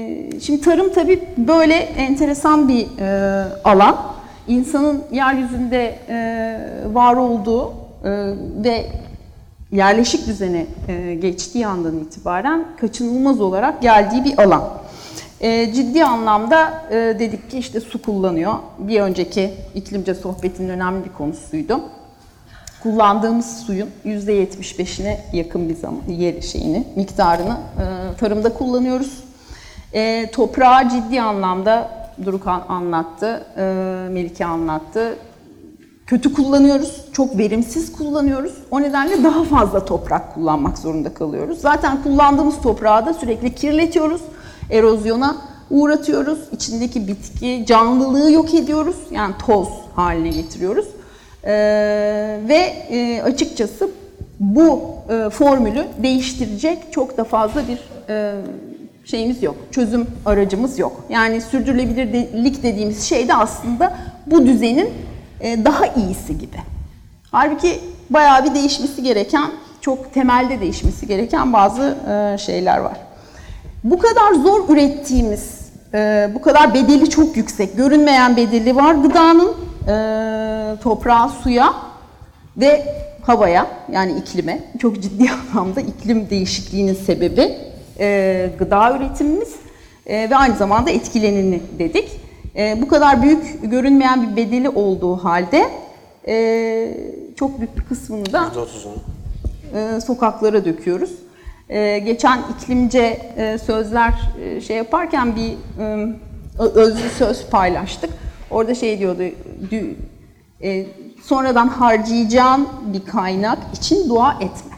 Şimdi tarım tabii böyle enteresan bir alan. İnsanın yeryüzünde var olduğu ve yerleşik düzene geçtiği andan itibaren kaçınılmaz olarak geldiği bir alan. Ciddi anlamda dedik ki işte su kullanıyor. Bir önceki iklimce sohbetinin önemli bir konusuydu. Kullandığımız suyun %75'ine yakın bir miktarını tarımda kullanıyoruz. Toprağı ciddi anlamda Durukan anlattı, Melike anlattı. Kötü kullanıyoruz, çok verimsiz kullanıyoruz. O nedenle daha fazla toprak kullanmak zorunda kalıyoruz. Zaten kullandığımız toprağı da sürekli kirletiyoruz, erozyona uğratıyoruz. İçindeki bitki canlılığı yok ediyoruz, yani toz haline getiriyoruz. Ve açıkçası bu formülü değiştirecek çok da fazla bir şeyimiz yok, çözüm aracımız yok. Yani sürdürülebilirlik dediğimiz şey de aslında bu düzenin daha iyisi gibi. Halbuki bayağı bir değişmesi gereken, çok temelde değişmesi gereken bazı şeyler var. Bu kadar zor ürettiğimiz, bu kadar bedeli çok yüksek, görünmeyen bedeli var gıdanın, toprağa, suya ve havaya, yani iklime. Çok ciddi anlamda iklim değişikliğinin sebebi gıda üretimimiz ve aynı zamanda etkileneni dedik. Bu kadar büyük görünmeyen bir bedeli olduğu halde çok büyük bir kısmını da sokaklara döküyoruz. Geçen iklimce sözler şey yaparken bir özlü söz paylaştık. Orada şey diyordu, sonradan harcayacağın bir kaynak için dua etme.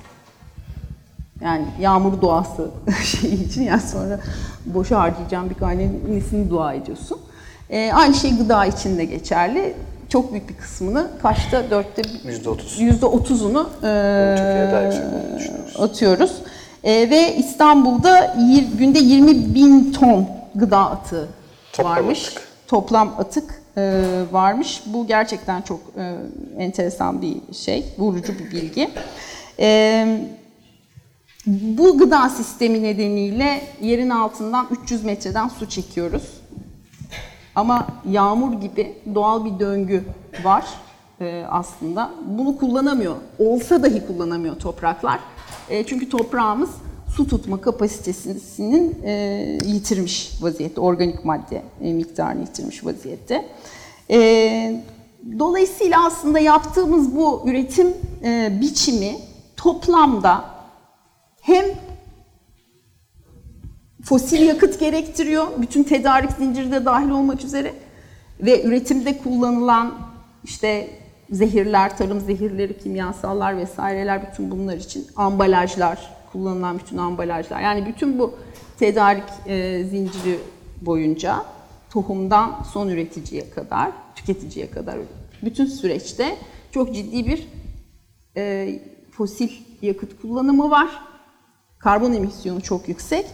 Yani yağmur duası şey için, yani sonra boşa harcayacağın bir kaynağın nesini dua ediyorsun. Aynı şey gıda için de geçerli. Çok büyük bir kısmını, kaçta? %30'unu atıyoruz. Ve İstanbul'da günde 20.000 ton gıda atığı varmış. Toplam atık varmış. Bu gerçekten çok enteresan bir şey, vurucu bir bilgi. Bu gıda sistemi nedeniyle yerin altından 300 metreden su çekiyoruz. Ama yağmur gibi doğal bir döngü var aslında. Bunu kullanamıyor. Olsa dahi kullanamıyor topraklar. Çünkü toprağımız su tutma kapasitesinin yitirmiş vaziyette. Organik madde miktarını yitirmiş vaziyette. Dolayısıyla aslında yaptığımız bu üretim biçimi toplamda hem fosil yakıt gerektiriyor, bütün tedarik zinciri de dahil olmak üzere ve üretimde kullanılan işte zehirler, tarım zehirleri, kimyasallar vesaireler, bütün bunlar için ambalajlar, kullanılan bütün ambalajlar, yani bütün bu tedarik zinciri boyunca tohumdan son üreticiye kadar, tüketiciye kadar bütün süreçte çok ciddi bir fosil yakıt kullanımı var. Karbon emisyonu çok yüksek.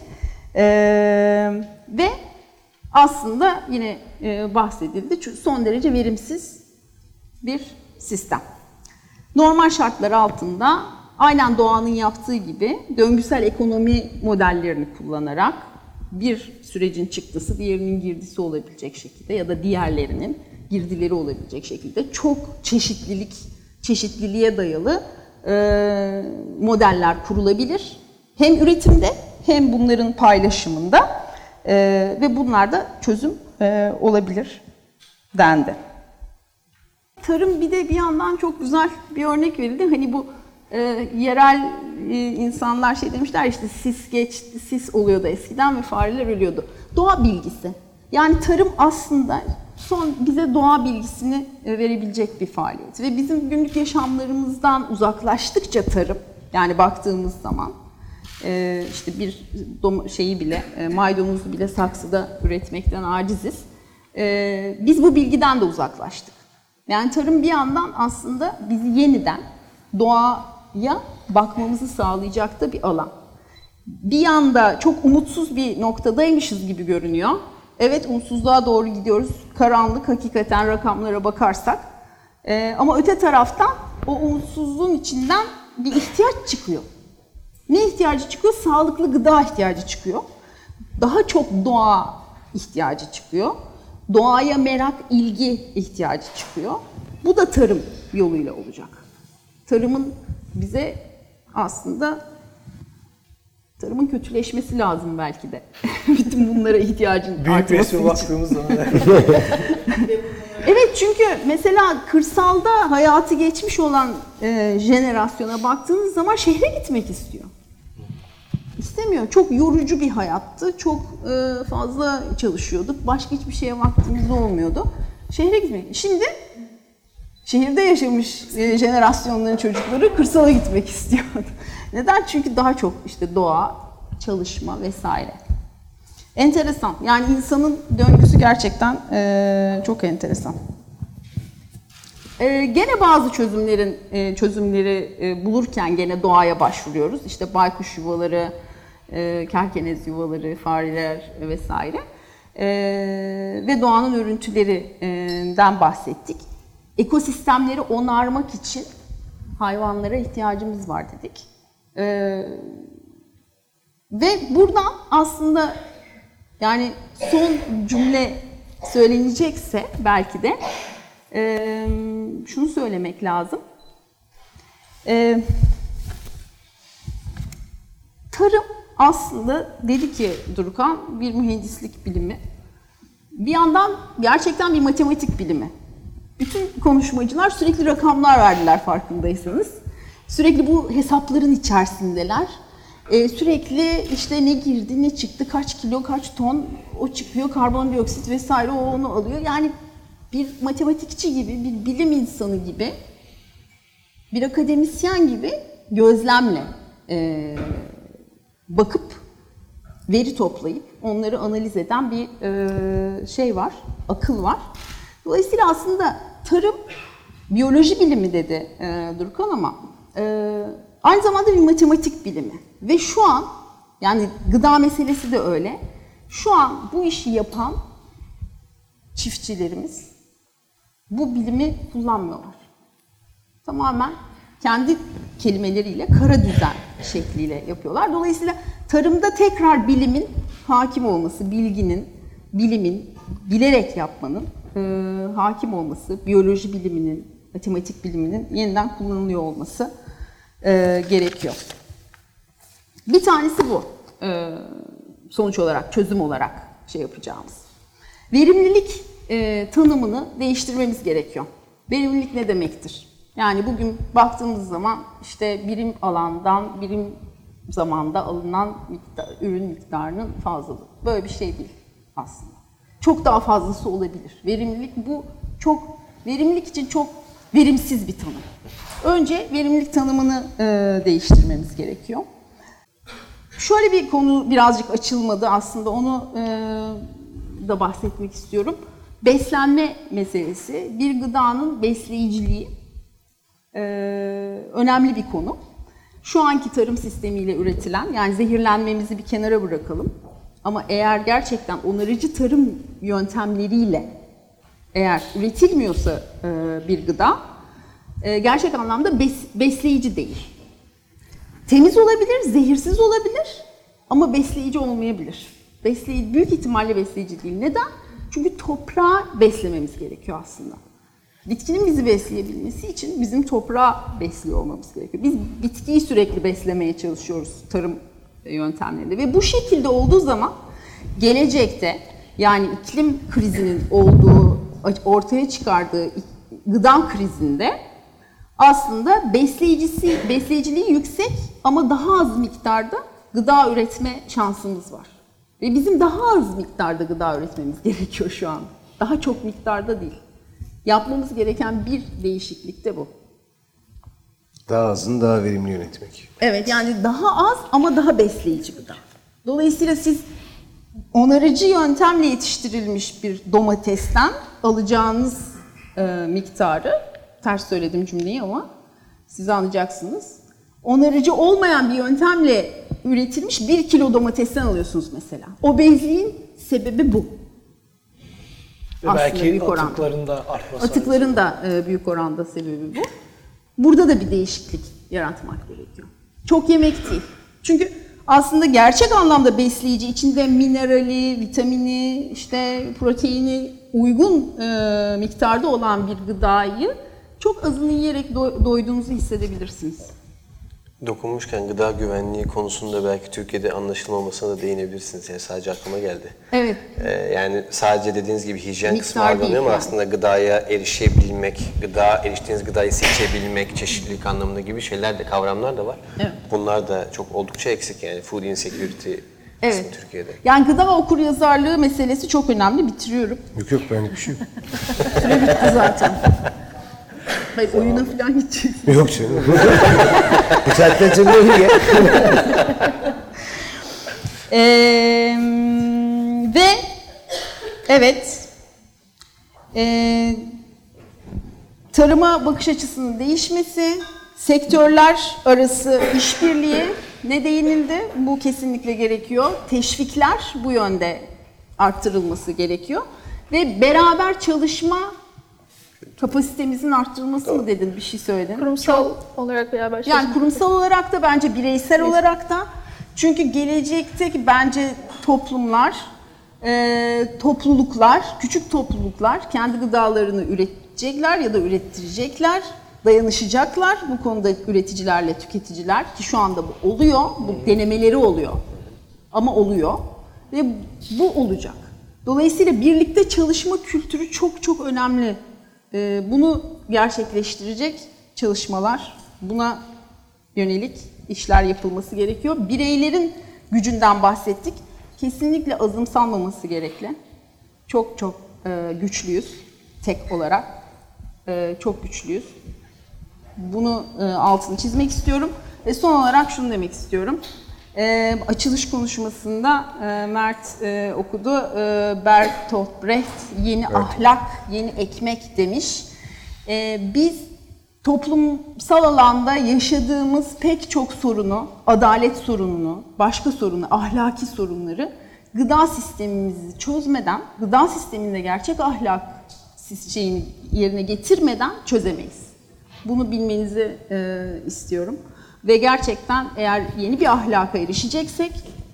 Ve aslında yine bahsedildi, son derece verimsiz bir sistem. Normal şartlar altında aynen doğanın yaptığı gibi döngüsel ekonomi modellerini kullanarak bir sürecin çıktısı diğerinin girdisi olabilecek şekilde ya da diğerlerinin girdileri olabilecek şekilde çok çeşitliliğe dayalı modeller kurulabilir. Hem üretimde hem bunların paylaşımında ve bunlar da çözüm olabilir dendi. Tarım bir de bir yandan çok güzel bir örnek verildi. Hani bu yerel insanlar şey demişler, işte sis geçti, sis oluyordu eskiden ve fareler ölüyordu. Doğa bilgisi. Yani tarım aslında bize doğa bilgisini verebilecek bir faaliyet. Ve bizim günlük yaşamlarımızdan uzaklaştıkça tarım, yani baktığımız zaman işte bir şeyi bile, maydanozu bile saksıda üretmekten aciziz. Biz bu bilgiden de uzaklaştık. Yani tarım bir yandan aslında bizi yeniden doğaya bakmamızı sağlayacak da bir alan. Bir yanda çok umutsuz bir noktadaymışız gibi görünüyor. Evet, umutsuzluğa doğru gidiyoruz. Karanlık hakikaten rakamlara bakarsak. Ama öte taraftan o umutsuzluğun içinden bir ihtiyaç çıkıyor. Ne ihtiyacı çıkıyor? Sağlıklı gıda ihtiyacı çıkıyor. daha çok doğa ihtiyacı çıkıyor. Doğaya merak, ilgi ihtiyacı çıkıyor. Bu da tarım yoluyla olacak. Tarımın bize aslında tarımın kötüleşmesi lazım belki de. Bütün bunlara ihtiyacın büyük resme için. baktığımız zaman. Evet, çünkü mesela kırsalda hayatı geçmiş olan jenerasyona baktığınız zaman şehre gitmek istiyor. İstemiyor. Çok yorucu bir hayattı. Çok fazla çalışıyorduk. Başka hiçbir şeye vaktimiz olmuyordu. Şehre gitmek. Şimdi şehirde yaşamış jenerasyonların çocukları kırsala gitmek istiyordu. Neden? Çünkü daha çok işte doğa, çalışma vesaire. Enteresan. Yani insanın döngüsü gerçekten çok enteresan. Gene bazı çözümleri bulurken gene doğaya başvuruyoruz. İşte baykuş yuvaları, kerkenez yuvaları, fareler vesaire. Ve doğanın örüntülerinden bahsettik. Ekosistemleri onarmak için hayvanlara ihtiyacımız var dedik. Ve buradan aslında yani son cümle söylenecekse belki de şunu söylemek lazım. Tarım aslında dedi ki Durukan bir mühendislik bilimi. Bir yandan gerçekten bir matematik bilimi. Bütün konuşmacılar sürekli rakamlar verdiler farkındaysanız. Sürekli bu hesapların içerisindeler. Sürekli işte ne girdi, ne çıktı, kaç kilo, kaç ton o çıkıyor, karbondioksit vesaire o onu alıyor. Yani bir matematikçi gibi, bir bilim insanı gibi, bir akademisyen gibi gözlemle bakıp, veri toplayıp onları analiz eden bir şey var, akıl var. Dolayısıyla aslında tarım, biyoloji bilimi dedi Durukan ama aynı zamanda bir matematik bilimi. Ve şu an, yani gıda meselesi de öyle, şu an bu işi yapan çiftçilerimiz bu bilimi kullanmıyorlar. Tamamen kendi kelimeleriyle kara düzen şekliyle yapıyorlar. Dolayısıyla tarımda tekrar bilimin hakim olması, bilginin, bilimin, bilerek yapmanın hakim olması, biyoloji biliminin, matematik biliminin yeniden kullanılıyor olması gerekiyor. Bir tanesi bu. Sonuç olarak, çözüm olarak şey yapacağımız. Verimlilik tanımını değiştirmemiz gerekiyor. Verimlilik ne demektir? Yani bugün baktığımız zaman işte birim alandan birim zamanda alınan ürün miktarının fazlalığı. Böyle bir şey değil aslında. Çok daha fazlası olabilir. Verimlilik bu verimlilik için çok verimsiz bir tanım. Önce verimlilik tanımını değiştirmemiz gerekiyor. Şöyle bir konu birazcık açılmadı aslında, onu da bahsetmek istiyorum. Beslenme meselesi, bir gıdanın besleyiciliği önemli bir konu. Şu anki tarım sistemiyle üretilen, yani zehirlenmemizi bir kenara bırakalım. Ama eğer gerçekten onarıcı tarım yöntemleriyle eğer üretilmiyorsa bir gıda, gerçek anlamda besleyici değil. Temiz olabilir, zehirsiz olabilir ama besleyici olmayabilir. Büyük ihtimalle besleyici değil. Neden? Çünkü toprağı beslememiz gerekiyor aslında. Bitkinin bizi besleyebilmesi için bizim toprağı besliyor olmamız gerekiyor. Biz bitkiyi sürekli beslemeye çalışıyoruz tarım yöntemlerinde. Ve bu şekilde olduğu zaman gelecekte, yani iklim krizinin ortaya çıkardığı gıda krizinde aslında besleyiciliği yüksek ama daha az miktarda gıda üretme şansımız var. Ve bizim daha az miktarda gıda üretmemiz gerekiyor şu an. Daha çok miktarda değil. Yapmamız gereken bir değişiklik de bu. Daha azın daha verimli yönetmek. Evet, yani daha az ama daha besleyici gıda. Dolayısıyla siz onarıcı yöntemle yetiştirilmiş bir domatesten alacağınız miktarı, ters söyledim cümleyi ama siz anlayacaksınız. Onarıcı olmayan bir yöntemle üretilmiş 1 kilo domatesten alıyorsunuz mesela. Obezliğin sebebi bu. Ve belki atıkların da artması. Atıkların da büyük oranda sebebi bu. Burada da bir değişiklik yaratmak gerekiyor. Çok yemek değil. Çünkü aslında gerçek anlamda besleyici, içinde minerali, vitamini, işte proteini uygun miktarda olan bir gıdayı çok azını yiyerek doyduğunuzu hissedebilirsiniz. Dokunmuşken gıda güvenliği konusunda belki Türkiye'de anlaşılmamasına da değinebilirsiniz. Yani sadece aklıma geldi. Evet. Yani sadece dediğiniz gibi hijyen Miktar kısmı algılanıyor ama değil aslında gıdaya erişebilmek, eriştiğiniz gıdayı seçebilmek, çeşitlilik anlamında gibi şeyler de, kavramlar da var. Evet. Bunlar da çok oldukça eksik yani food insecurity kısmı Türkiye'de. Yani gıda okuryazarlığı meselesi çok önemli. Bitiriyorum. Yok benlik bir şey yok. Süre bitti zaten. Hayır, oyuna falan gideceksin. Yok canım. Bu saatten sonra iyi ya. Ve evet, tarıma bakış açısının değişmesi, sektörler arası işbirliği ne değinildi? Bu kesinlikle gerekiyor. Teşvikler bu yönde arttırılması gerekiyor. Ve beraber çalışma kapasitemizin arttırılması mı dedin? Bir şey söyledin. Kurumsal olarak beraber çalışmak. Yani kurumsal olarak da bence bireysel olarak da. Çünkü gelecekteki bence toplumlar, topluluklar, küçük topluluklar kendi gıdalarını üretecekler ya da ürettirecekler, dayanışacaklar bu konuda üreticilerle tüketiciler ki şu anda bu oluyor, bu denemeleri oluyor ama oluyor ve bu olacak. Dolayısıyla birlikte çalışma kültürü çok çok önemli. Bunu gerçekleştirecek çalışmalar, buna yönelik işler yapılması gerekiyor. Bireylerin gücünden bahsettik. Kesinlikle azımsanmaması gerekli. Çok çok güçlüyüz tek olarak. Çok güçlüyüz. Bunu altını çizmek istiyorum. Ve son olarak şunu demek istiyorum. Açılış konuşmasında Mert okudu. Bertolt Brecht yeni ahlak, yeni ekmek demiş. Biz toplumsal alanda yaşadığımız pek çok sorunu, adalet sorununu, başka sorunu, ahlaki sorunları gıda sistemimizi çözmeden, gıda sisteminde gerçek ahlak şeyini yerine getirmeden çözemeyiz. Bunu bilmenizi istiyorum. Ve gerçekten eğer yeni bir ahlaka erişeceksek,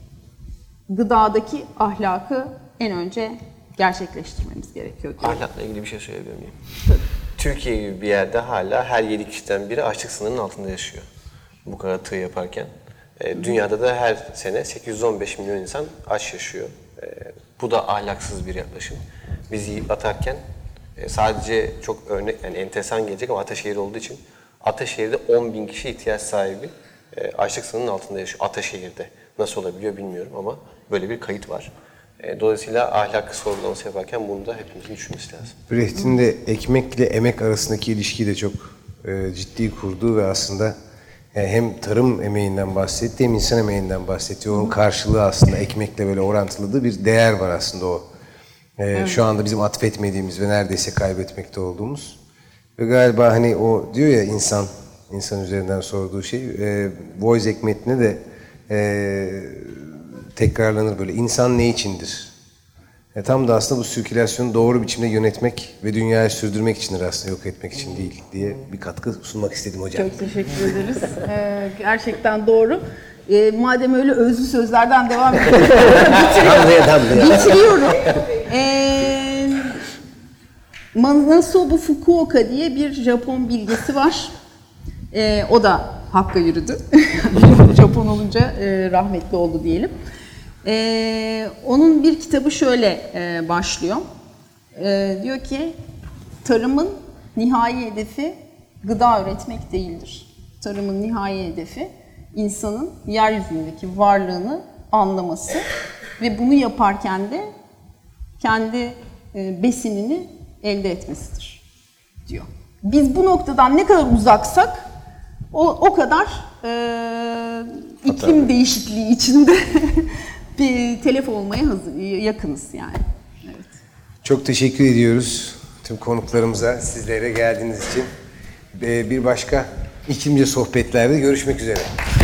gıdadaki ahlakı en önce gerçekleştirmemiz gerekiyor. Ahlakla ilgili bir şey söyleyebilir miyim? Tabii. Türkiye gibi bir yerde hala her 7 kişiden biri açlık sınırının altında yaşıyor. Bu kadar tığ yaparken. Dünyada da her sene 815 milyon insan aç yaşıyor. Bu da ahlaksız bir yaklaşım. Biz yiyip atarken sadece çok örnek, yani enteresan gelecek ama Ataşehir olduğu için Ataşehir'de 10.000 kişi ihtiyaç sahibi açlık sınırının altında yaşıyor. Ataşehir'de. Nasıl olabiliyor bilmiyorum ama böyle bir kayıt var. Dolayısıyla ahlak sorgulaması yaparken bunu da hepimizin düşünmesi lazım. Brecht'in de ekmekle emek arasındaki ilişkiyi de çok ciddi kurduğu ve aslında hem tarım emeğinden bahsetti hem insan emeğinden bahsetti. Onun karşılığı aslında ekmekle böyle orantıladığı bir değer var aslında o. Şu anda bizim atfetmediğimiz ve neredeyse kaybetmekte olduğumuz. Ve galiba hani o diyor ya insan üzerinden sorduğu şey, Voice ekmetine de tekrarlanır böyle. İnsan ne içindir? Tam da aslında bu sirkülasyonu doğru biçimde yönetmek ve dünyayı sürdürmek içindir aslında, yok etmek için değil diye bir katkı sunmak istedim hocam. Çok teşekkür ederiz. Gerçekten doğru. Madem öyle özlü sözlerden devam ediyoruz. Bitiriyorum. Manasobu Fukuoka diye bir Japon bilgesi var. O da Hakk'a yürüdü. Japon olunca rahmetli oldu diyelim. Onun bir kitabı şöyle başlıyor. Diyor ki, tarımın nihai hedefi gıda üretmek değildir. Tarımın nihai hedefi insanın yeryüzündeki varlığını anlaması ve bunu yaparken de kendi besinini elde etmesidir diyor. Biz bu noktadan ne kadar uzaksak o kadar iklim değişikliği içinde bir telef olmaya yakınız yani. Evet. Çok teşekkür ediyoruz tüm konuklarımıza, sizlere geldiğiniz için. Bir başka iklimce sohbetlerde görüşmek üzere.